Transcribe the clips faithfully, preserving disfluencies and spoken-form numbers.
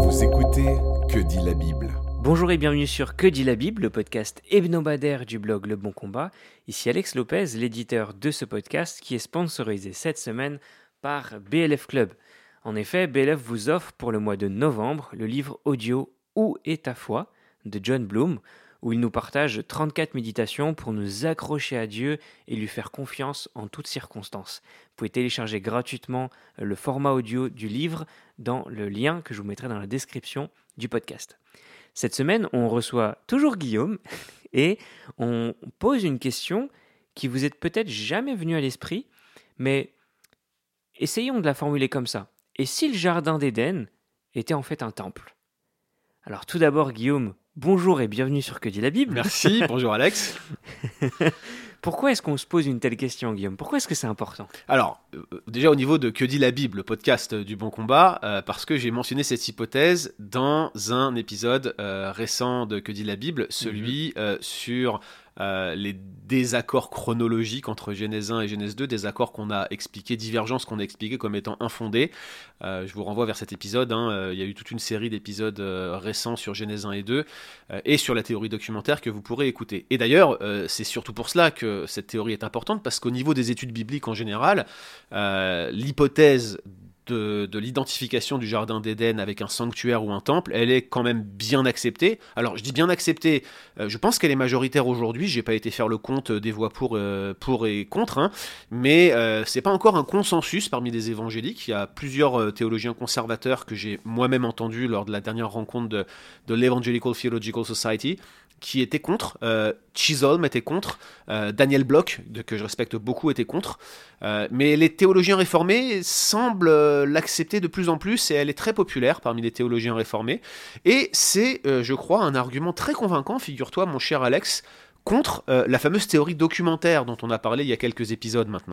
Vous écoutez Que dit la Bible ? Bonjour et bienvenue sur Que dit la Bible, le podcast hebdomadaire du blog Le Bon Combat. Ici Alex Lopez, l'éditeur de ce podcast qui est sponsorisé cette semaine par B L F Club. En effet, B L F vous offre pour le mois de novembre le livre audio Où est ta foi de John Bloom, où il nous partage trente-quatre méditations pour nous accrocher à Dieu et lui faire confiance en toutes circonstances. Vous pouvez télécharger gratuitement le format audio du livre dans le lien que je vous mettrai dans la description du podcast. Cette semaine, on reçoit toujours Guillaume et on pose une question qui vous est peut-être jamais venue à l'esprit, mais essayons de la formuler comme ça. Et si le jardin d'Éden était en fait un temple ? Alors tout d'abord, Guillaume, bonjour et bienvenue sur Que dit la Bible. Merci, bonjour Alex. Pourquoi est-ce qu'on se pose une telle question, Guillaume ? Pourquoi est-ce que c'est important ? Alors, euh, déjà au niveau de Que dit la Bible, le podcast du Bon Combat, euh, parce que j'ai mentionné cette hypothèse dans un épisode euh, récent de Que dit la Bible, celui mm-hmm. euh, sur euh, les désaccords chronologiques entre Genèse un et Genèse deux, des accords qu'on a expliqués, divergences qu'on a expliquées comme étant infondées. Euh, je vous renvoie vers cet épisode, hein, euh, il y a eu toute une série d'épisodes euh, récents sur Genèse un et deux, euh, et sur la théorie documentaire que vous pourrez écouter. Et d'ailleurs, euh, c'est surtout pour cela que cette théorie est importante, parce qu'au niveau des études bibliques en général, euh, l'hypothèse de, de l'identification du jardin d'Éden avec un sanctuaire ou un temple, elle est quand même bien acceptée. Alors je dis bien acceptée, euh, je pense qu'elle est majoritaire aujourd'hui, j'ai pas été faire le compte des voix pour, euh, pour et contre, hein, mais euh, c'est pas encore un consensus parmi les évangéliques. Il y a plusieurs euh, théologiens conservateurs que j'ai moi-même entendus lors de la dernière rencontre de, de l'Evangelical Theological Society, qui était contre, euh, Chisholm était contre, euh, Daniel Bloch, de, que je respecte beaucoup, était contre, euh, mais les théologiens réformés semblent euh, l'accepter de plus en plus, et elle est très populaire parmi les théologiens réformés, et c'est, euh, je crois, un argument très convaincant, figure-toi mon cher Alex, contre euh, la fameuse théorie documentaire dont on a parlé il y a quelques épisodes maintenant.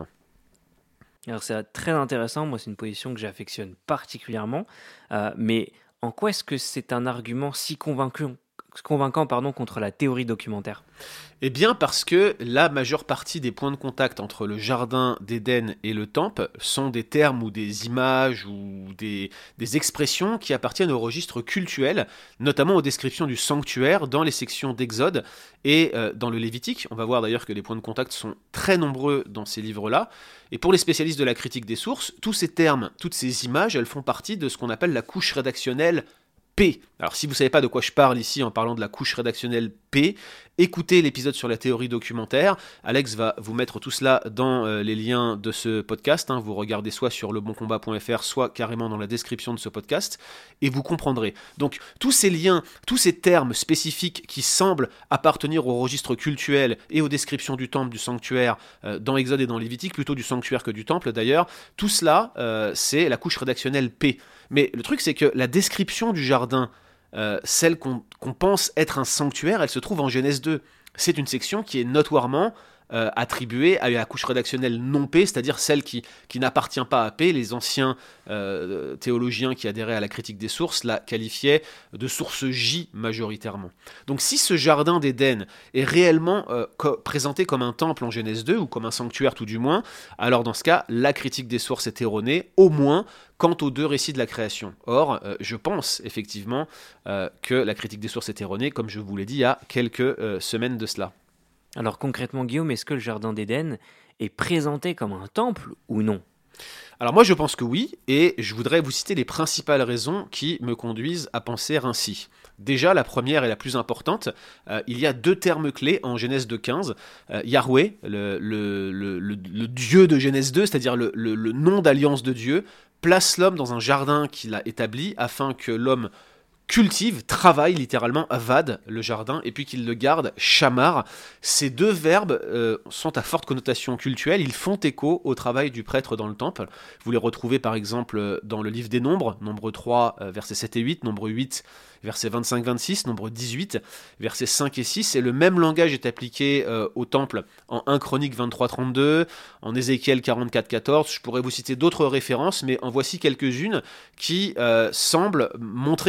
Alors c'est très intéressant, moi c'est une position que j'affectionne particulièrement, euh, mais en quoi est-ce que c'est un argument si convaincant convaincant pardon, contre la théorie documentaire ? Eh bien parce que la majeure partie des points de contact entre le jardin d'Éden et le temple sont des termes ou des images ou des, des expressions qui appartiennent au registre cultuel, notamment aux descriptions du sanctuaire dans les sections d'Exode et euh, dans le Lévitique. On va voir d'ailleurs que les points de contact sont très nombreux dans ces livres-là. Et pour les spécialistes de la critique des sources, tous ces termes, toutes ces images, elles font partie de ce qu'on appelle la couche rédactionnelle P. Alors si vous ne savez pas de quoi je parle ici en parlant de la couche rédactionnelle P, écoutez l'épisode sur la théorie documentaire. Alex va vous mettre tout cela dans euh, les liens de ce podcast. Hein. Vous regardez soit sur leboncombat point f r, soit carrément dans la description de ce podcast, et vous comprendrez. Donc tous ces liens, tous ces termes spécifiques qui semblent appartenir au registre cultuel et aux descriptions du temple, du sanctuaire, euh, dans Exode et dans Lévitique, plutôt du sanctuaire que du temple d'ailleurs, tout cela, euh, c'est la couche rédactionnelle P. Mais le truc, c'est que la description du jardin, euh, celle qu'on, qu'on pense être un sanctuaire, elle se trouve en Genèse deux. C'est une section qui est notoirement euh, attribuée à la couche rédactionnelle non P, c'est-à-dire celle qui, qui n'appartient pas à P. Les anciens euh, théologiens qui adhéraient à la critique des sources la qualifiaient de source J majoritairement. Donc si ce jardin d'Éden est réellement euh, co- présenté comme un temple en Genèse deux, ou comme un sanctuaire tout du moins, alors dans ce cas, la critique des sources est erronée, au moins quant aux deux récits de la création. Or, euh, je pense effectivement euh, que la critique des sources est erronée, comme je vous l'ai dit il y a quelques euh, semaines de cela. Alors concrètement, Guillaume, est-ce que le jardin d'Éden est présenté comme un temple ou non ? Alors moi je pense que oui, et je voudrais vous citer les principales raisons qui me conduisent à penser ainsi. Déjà, la première et la plus importante, euh, il y a deux termes clés en Genèse deux quinze. Euh, Yahweh, le, le, le, le, le Dieu de Genèse deux, c'est-à-dire le, le, le nom d'alliance de Dieu, place l'homme dans un jardin qu'il a établi afin que l'homme cultive, travaille littéralement, avade le jardin, et puis qu'il le garde, chamar. Ces deux verbes euh, sont à forte connotation cultuelle, ils font écho au travail du prêtre dans le temple. Vous les retrouvez par exemple dans le livre des Nombres, Nombre trois, euh, versets sept et huit, Nombre huit, versets vingt-cinq vingt-six, Nombre dix-huit, versets cinq et six, et le même langage est appliqué euh, au temple en un Chronique vingt-trois trente-deux, en Ézéchiel quarante-quatre quatorze. Je pourrais vous citer d'autres références, mais en voici quelques-unes qui euh, semblent montrer que cette paix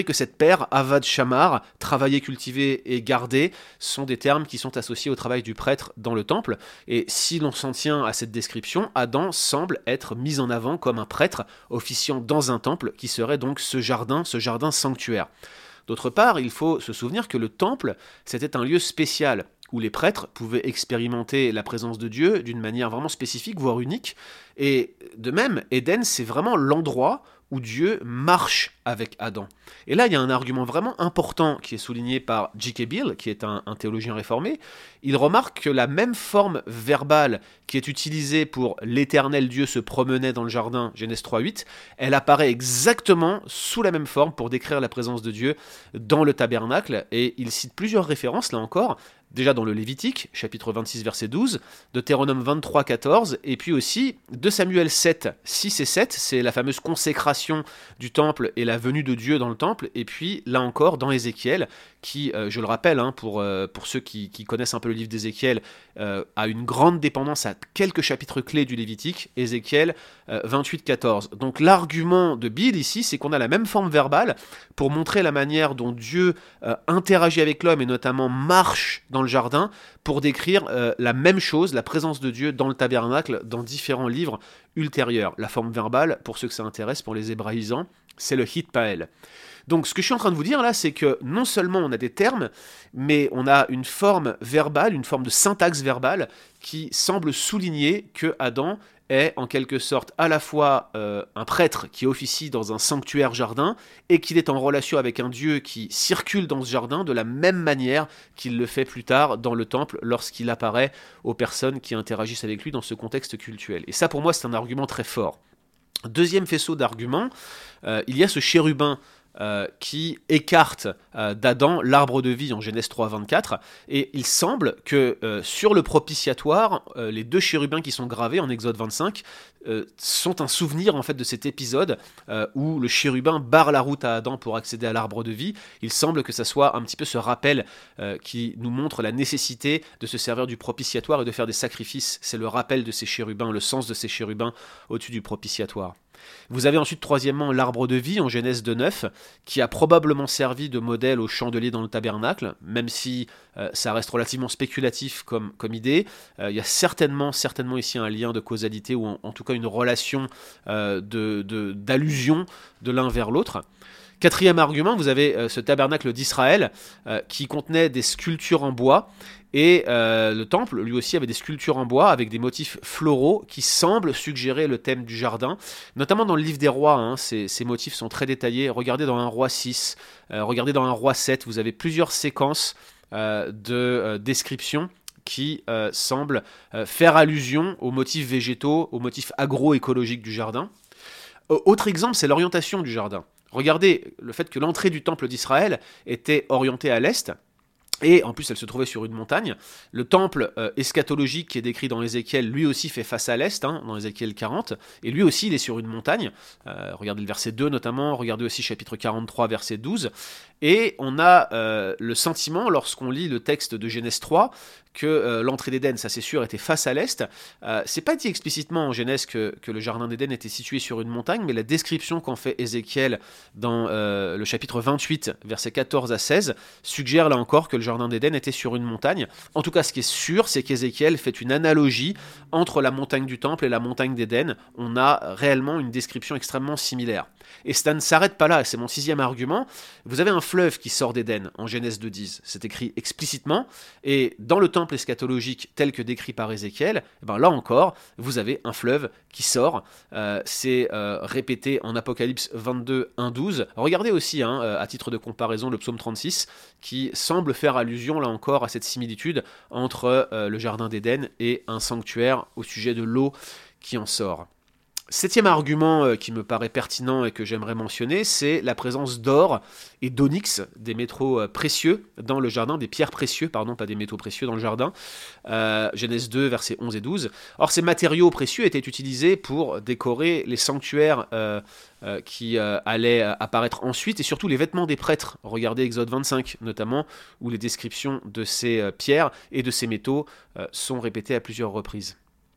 sanctuaire, avad shamar, travailler, cultiver et garder, sont des termes qui sont associés au travail du prêtre dans le temple. Et si l'on s'en tient à cette description, Adam semble être mis en avant comme un prêtre officiant dans un temple qui serait donc ce jardin, ce jardin sanctuaire. D'autre part, il faut se souvenir que le temple, c'était un lieu spécial où les prêtres pouvaient expérimenter la présence de Dieu d'une manière vraiment spécifique, voire unique. Et de même, Éden, c'est vraiment l'endroit où Dieu marche avec Adam. Et là, il y a un argument vraiment important qui est souligné par J K. Beale, qui est un, un théologien réformé. Il remarque que la même forme verbale qui est utilisée pour l'éternel Dieu se promenait dans le jardin, Genèse trois huit, elle apparaît exactement sous la même forme pour décrire la présence de Dieu dans le tabernacle. Et il cite plusieurs références, là encore, déjà dans le Lévitique, chapitre vingt-six, verset douze, Deutéronome vingt-trois, quatorze, et puis aussi de Samuel sept, six et sept, c'est la fameuse consécration du temple et la venue de Dieu dans le temple, et puis là encore dans Ézéchiel, qui, euh, je le rappelle, hein, pour, euh, pour ceux qui, qui connaissent un peu le livre d'Ézéchiel, euh, a une grande dépendance à quelques chapitres clés du Lévitique, Ézéchiel euh, vingt-huit, quatorze. Donc l'argument de Beale ici, c'est qu'on a la même forme verbale pour montrer la manière dont Dieu euh, interagit avec l'homme et notamment marche dans le jardin pour décrire euh, la même chose, la présence de Dieu dans le tabernacle, dans différents livres ultérieurs. La forme verbale, pour ceux que ça intéresse, pour les hébraïsants, c'est le hitpael. Donc ce que je suis en train de vous dire là, c'est que non seulement on a des termes, mais on a une forme verbale, une forme de syntaxe verbale qui semble souligner que Adam est en quelque sorte à la fois euh, un prêtre qui officie dans un sanctuaire jardin et qu'il est en relation avec un Dieu qui circule dans ce jardin de la même manière qu'il le fait plus tard dans le temple lorsqu'il apparaît aux personnes qui interagissent avec lui dans ce contexte cultuel. Et ça pour moi c'est un argument très fort. Deuxième faisceau d'arguments, euh, il y a ce chérubin Euh, qui écarte euh, d'Adam l'arbre de vie en Genèse trois, vingt-quatre, et il semble que euh, sur le propitiatoire, euh, les deux chérubins qui sont gravés en Exode vingt-cinq euh, sont un souvenir en fait de cet épisode euh, où le chérubin barre la route à Adam pour accéder à l'arbre de vie. Il semble que ça soit un petit peu ce rappel euh, qui nous montre la nécessité de se servir du propitiatoire et de faire des sacrifices. C'est le rappel de ces chérubins, le sens de ces chérubins au-dessus du propitiatoire. Vous avez ensuite troisièmement l'arbre de vie en Genèse deux neuf qui a probablement servi de modèle au chandelier dans le tabernacle, même si euh, ça reste relativement spéculatif comme, comme idée. Euh, il y a certainement, certainement ici un lien de causalité ou en, en tout cas une relation euh, de, de, d'allusion de l'un vers l'autre. Quatrième argument, vous avez euh, ce tabernacle d'Israël euh, qui contenait des sculptures en bois et euh, le temple lui aussi avait des sculptures en bois avec des motifs floraux qui semblent suggérer le thème du jardin, notamment dans le livre des rois, hein, ces, ces motifs sont très détaillés. Regardez dans un roi six, euh, regardez dans un roi sept, vous avez plusieurs séquences euh, de euh, description qui euh, semblent euh, faire allusion aux motifs végétaux, aux motifs agroécologiques du jardin. Autre exemple, c'est l'orientation du jardin. Regardez le fait que l'entrée du temple d'Israël était orientée à l'est, et en plus elle se trouvait sur une montagne. Le temple euh, eschatologique qui est décrit dans Ézéchiel, lui aussi fait face à l'est, hein, dans Ézéchiel quarante, et lui aussi il est sur une montagne. Euh, regardez le verset deux notamment, regardez aussi chapitre quarante-trois, verset douze, et on a euh, le sentiment, lorsqu'on lit le texte de Genèse trois, que euh, l'entrée d'Éden, ça c'est sûr, était face à l'est. Euh, c'est pas dit explicitement en Genèse que, que le jardin d'Éden était situé sur une montagne, mais la description qu'en fait Ézéchiel dans euh, le chapitre vingt-huit, versets quatorze à seize, suggère là encore que le jardin d'Éden était sur une montagne. En tout cas, ce qui est sûr, c'est qu'Ézéchiel fait une analogie entre la montagne du temple et la montagne d'Éden. On a réellement une description extrêmement similaire. Et ça ne s'arrête pas là, c'est mon sixième argument. Vous avez un fleuve qui sort d'Éden en Genèse deux dix, c'est écrit explicitement, et dans le temple eschatologique tel que décrit par Ézéchiel, eh ben là encore, vous avez un fleuve qui sort, euh, c'est euh, répété en Apocalypse vingt-deux, un douze. Regardez aussi, hein, à titre de comparaison, le psaume trente-six, qui semble faire allusion là encore à cette similitude entre euh, le jardin d'Éden et un sanctuaire au sujet de l'eau qui en sort. Septième argument euh, qui me paraît pertinent et que j'aimerais mentionner, c'est la présence d'or et d'onyx, des métaux euh, précieux dans le jardin, des pierres précieuses, pardon, pas des métaux précieux dans le jardin. Euh, Genèse deux, versets onze et douze. Or, ces matériaux précieux étaient utilisés pour décorer les sanctuaires euh, euh, qui euh, allaient apparaître ensuite, et surtout les vêtements des prêtres. Regardez Exode vingt-cinq, notamment, où les descriptions de ces euh, pierres et de ces métaux euh, sont répétées à plusieurs reprises.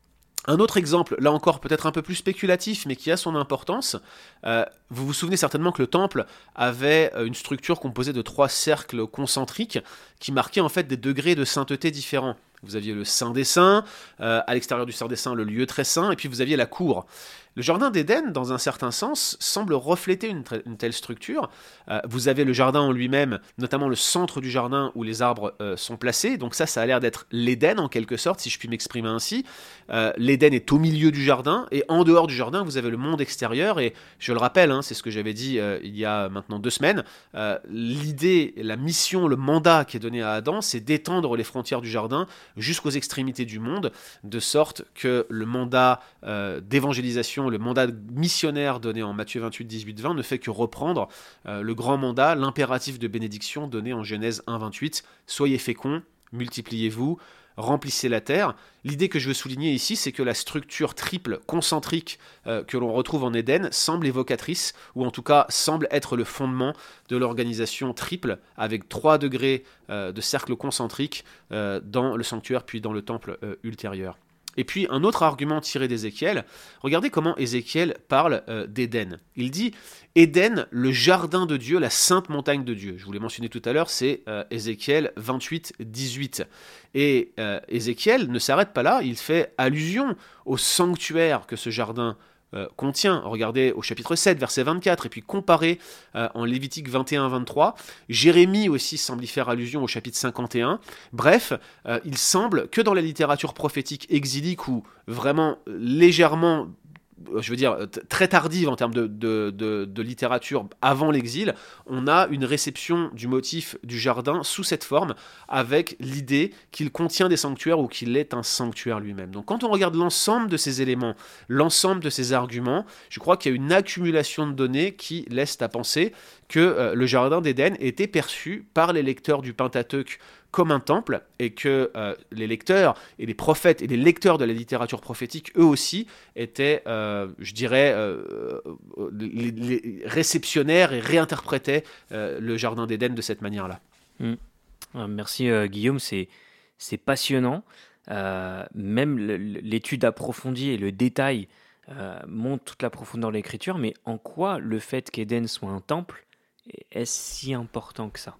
Un autre exemple, là encore peut-être un peu plus spéculatif, mais qui a son importance, euh, vous vous souvenez certainement que le temple avait une structure composée de trois cercles concentriques qui marquaient en fait des degrés de sainteté différents. Vous aviez le Saint des Saints, euh, à l'extérieur du Saint des Saints, le lieu très saint, et puis vous aviez la cour. Le jardin d'Éden, dans un certain sens, semble refléter une, une telle structure. Euh, vous avez le jardin en lui-même, notamment le centre du jardin où les arbres euh, sont placés. Donc ça, ça a l'air d'être l'Éden en quelque sorte, si je puis m'exprimer ainsi. Euh, L'Éden est au milieu du jardin, et en dehors du jardin, vous avez le monde extérieur. Et je le rappelle, hein, c'est ce que j'avais dit euh, il y a maintenant deux semaines. Euh, l'idée, la mission, le mandat qui est donné à Adam, c'est d'étendre les frontières du jardin jusqu'aux extrémités du monde, de sorte que le mandat euh, d'évangélisation, le mandat missionnaire donné en Matthieu vingt-huit, dix-huit, vingt ne fait que reprendre euh, le grand mandat, l'impératif de bénédiction donné en Genèse un, vingt-huit. Soyez féconds, multipliez-vous, remplissez la terre. L'idée que je veux souligner ici, c'est que la structure triple, concentrique euh, que l'on retrouve en Éden semble évocatrice, ou en tout cas semble être le fondement de l'organisation triple, avec trois degrés euh, de cercle concentrique euh, dans le sanctuaire puis dans le temple euh, ultérieur. Et puis un autre argument tiré d'Ézéchiel, regardez comment Ézéchiel parle euh, d'Éden. Il dit « Éden, le jardin de Dieu, la sainte montagne de Dieu ». Je vous l'ai mentionné tout à l'heure, c'est euh, Ézéchiel vingt-huit, dix-huit. Et euh, Ézéchiel ne s'arrête pas là, il fait allusion au sanctuaire que ce jardin Euh, contient. Regardez au chapitre sept, verset vingt-quatre, et puis comparez euh, en Lévitique vingt et un, vingt-trois. Jérémie aussi semble y faire allusion au chapitre cinquante et un. Bref, euh, il semble que dans la littérature prophétique exilique ou vraiment légèrement, je veux dire, t- très tardive en termes de, de, de, de littérature avant l'exil, on a une réception du motif du jardin sous cette forme, avec l'idée qu'il contient des sanctuaires ou qu'il est un sanctuaire lui-même. Donc quand on regarde l'ensemble de ces éléments, l'ensemble de ces arguments, je crois qu'il y a une accumulation de données qui laisse à penser que euh, le jardin d'Éden était perçu par les lecteurs du Pentateuque comme un temple, et que euh, les lecteurs et les prophètes et les lecteurs de la littérature prophétique, eux aussi, étaient, euh, je dirais, euh, les, les réceptionnaires et réinterprétaient euh, le jardin d'Éden de cette manière-là. Mmh. Merci euh, Guillaume, c'est, c'est passionnant. Euh, même le, l'étude approfondie et le détail euh, montrent toute la profondeur de l'écriture, mais en quoi le fait qu'Éden soit un temple est si important que ça ?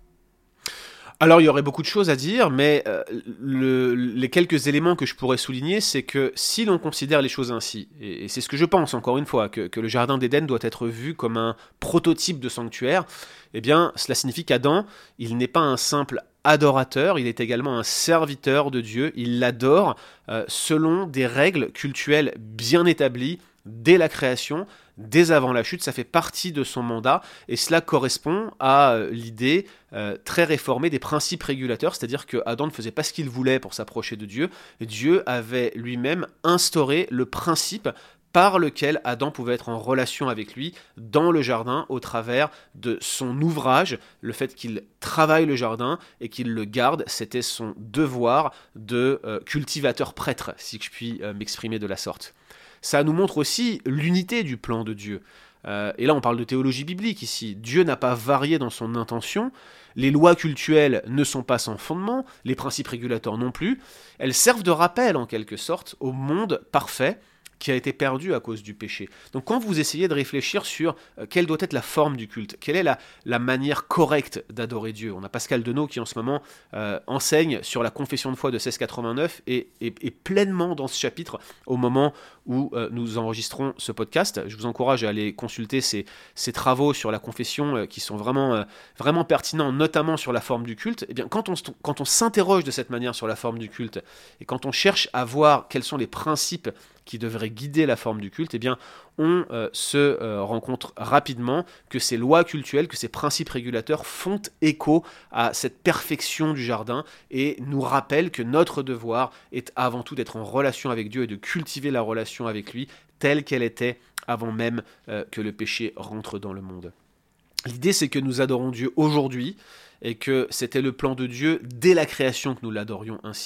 Alors, il y aurait beaucoup de choses à dire, mais euh, le, les quelques éléments que je pourrais souligner, c'est que si l'on considère les choses ainsi, et, et c'est ce que je pense, encore une fois, que, que le jardin d'Éden doit être vu comme un prototype de sanctuaire, eh bien, cela signifie qu'Adam, il n'est pas un simple adorateur, il est également un serviteur de Dieu, il l'adore euh, selon des règles cultuelles bien établies dès la création, dès avant la chute, ça fait partie de son mandat, et cela correspond à euh, l'idée euh, très réformée des principes régulateurs, c'est-à-dire que Adam ne faisait pas ce qu'il voulait pour s'approcher de Dieu, Dieu avait lui-même instauré le principe par lequel Adam pouvait être en relation avec lui dans le jardin au travers de son ouvrage. Le fait qu'il travaille le jardin et qu'il le garde, c'était son devoir de euh, cultivateur prêtre, si je puis euh, m'exprimer de la sorte. Ça nous montre aussi l'unité du plan de Dieu. Euh, et là, on parle de théologie biblique ici. Dieu n'a pas varié dans son intention. Les lois cultuelles ne sont pas sans fondement, les principes régulateurs non plus. Elles servent de rappel, en quelque sorte, au monde parfait qui a été perdu à cause du péché. Donc quand vous essayez de réfléchir sur euh, quelle doit être la forme du culte, quelle est la, la manière correcte d'adorer Dieu, on a Pascal Denot qui en ce moment euh, enseigne sur la confession de foi de seize quatre-vingt-neuf et est pleinement dans ce chapitre au moment où euh, nous enregistrons ce podcast. Je vous encourage à aller consulter ces, ces travaux sur la confession euh, qui sont vraiment, euh, vraiment pertinents, notamment sur la forme du culte. Et bien, quand on, quand on s'interroge de cette manière sur la forme du culte et quand on cherche à voir quels sont les principes qui devraient guider la forme du culte, eh bien, on euh, se euh, rend compte rapidement que ces lois cultuelles, que ces principes régulateurs font écho à cette perfection du jardin et nous rappellent que notre devoir est avant tout d'être en relation avec Dieu et de cultiver la relation avec lui telle qu'elle était avant même euh, que le péché rentre dans le monde. L'idée, c'est que nous adorons Dieu aujourd'hui et que c'était le plan de Dieu dès la création que nous l'adorions ainsi.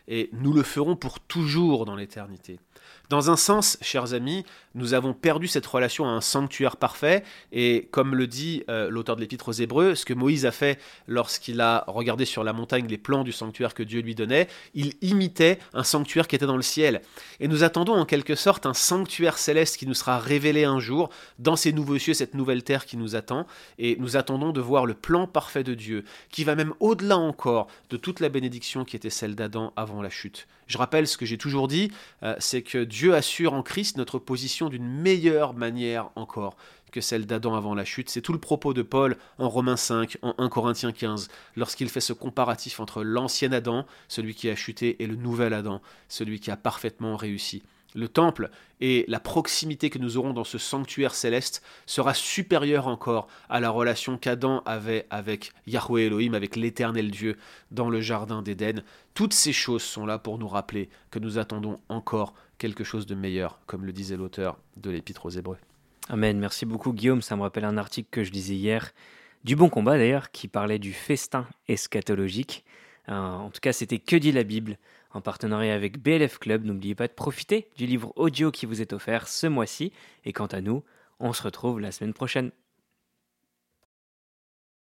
et nous le ferons pour toujours dans l'éternité. Dans un sens, chers amis, nous avons perdu cette relation à un sanctuaire parfait, et comme le dit euh, l'auteur de l'Épître aux Hébreux, ce que Moïse a fait lorsqu'il a regardé sur la montagne les plans du sanctuaire que Dieu lui donnait, il imitait un sanctuaire qui était dans le ciel. Et nous attendons en quelque sorte un sanctuaire céleste qui nous sera révélé un jour dans ces nouveaux cieux, cette nouvelle terre qui nous attend, et nous attendons de voir le plan parfait de Dieu, qui va même au-delà encore de toute la bénédiction qui était celle d'Adam avant la chute. Je rappelle ce que j'ai toujours dit, euh, c'est que Dieu assure en Christ notre position d'une meilleure manière encore que celle d'Adam avant la chute. C'est tout le propos de Paul en Romains cinq, en un Corinthiens quinze, lorsqu'il fait ce comparatif entre l'ancien Adam, celui qui a chuté, et le nouvel Adam, celui qui a parfaitement réussi. Le temple et la proximité que nous aurons dans ce sanctuaire céleste sera supérieure encore à la relation qu'Adam avait avec Yahweh Elohim, avec l'éternel Dieu dans le jardin d'Éden. Toutes ces choses sont là pour nous rappeler que nous attendons encore quelque chose de meilleur, comme le disait l'auteur de l'Épître aux Hébreux. Amen, merci beaucoup Guillaume, ça me rappelle un article que je lisais hier, du Bon Combat d'ailleurs, qui parlait du festin eschatologique. Euh, en tout cas, c'était Que dit la Bible, en partenariat avec B L F Club. N'oubliez pas de profiter du livre audio qui vous est offert ce mois-ci. Et quant à nous, on se retrouve la semaine prochaine.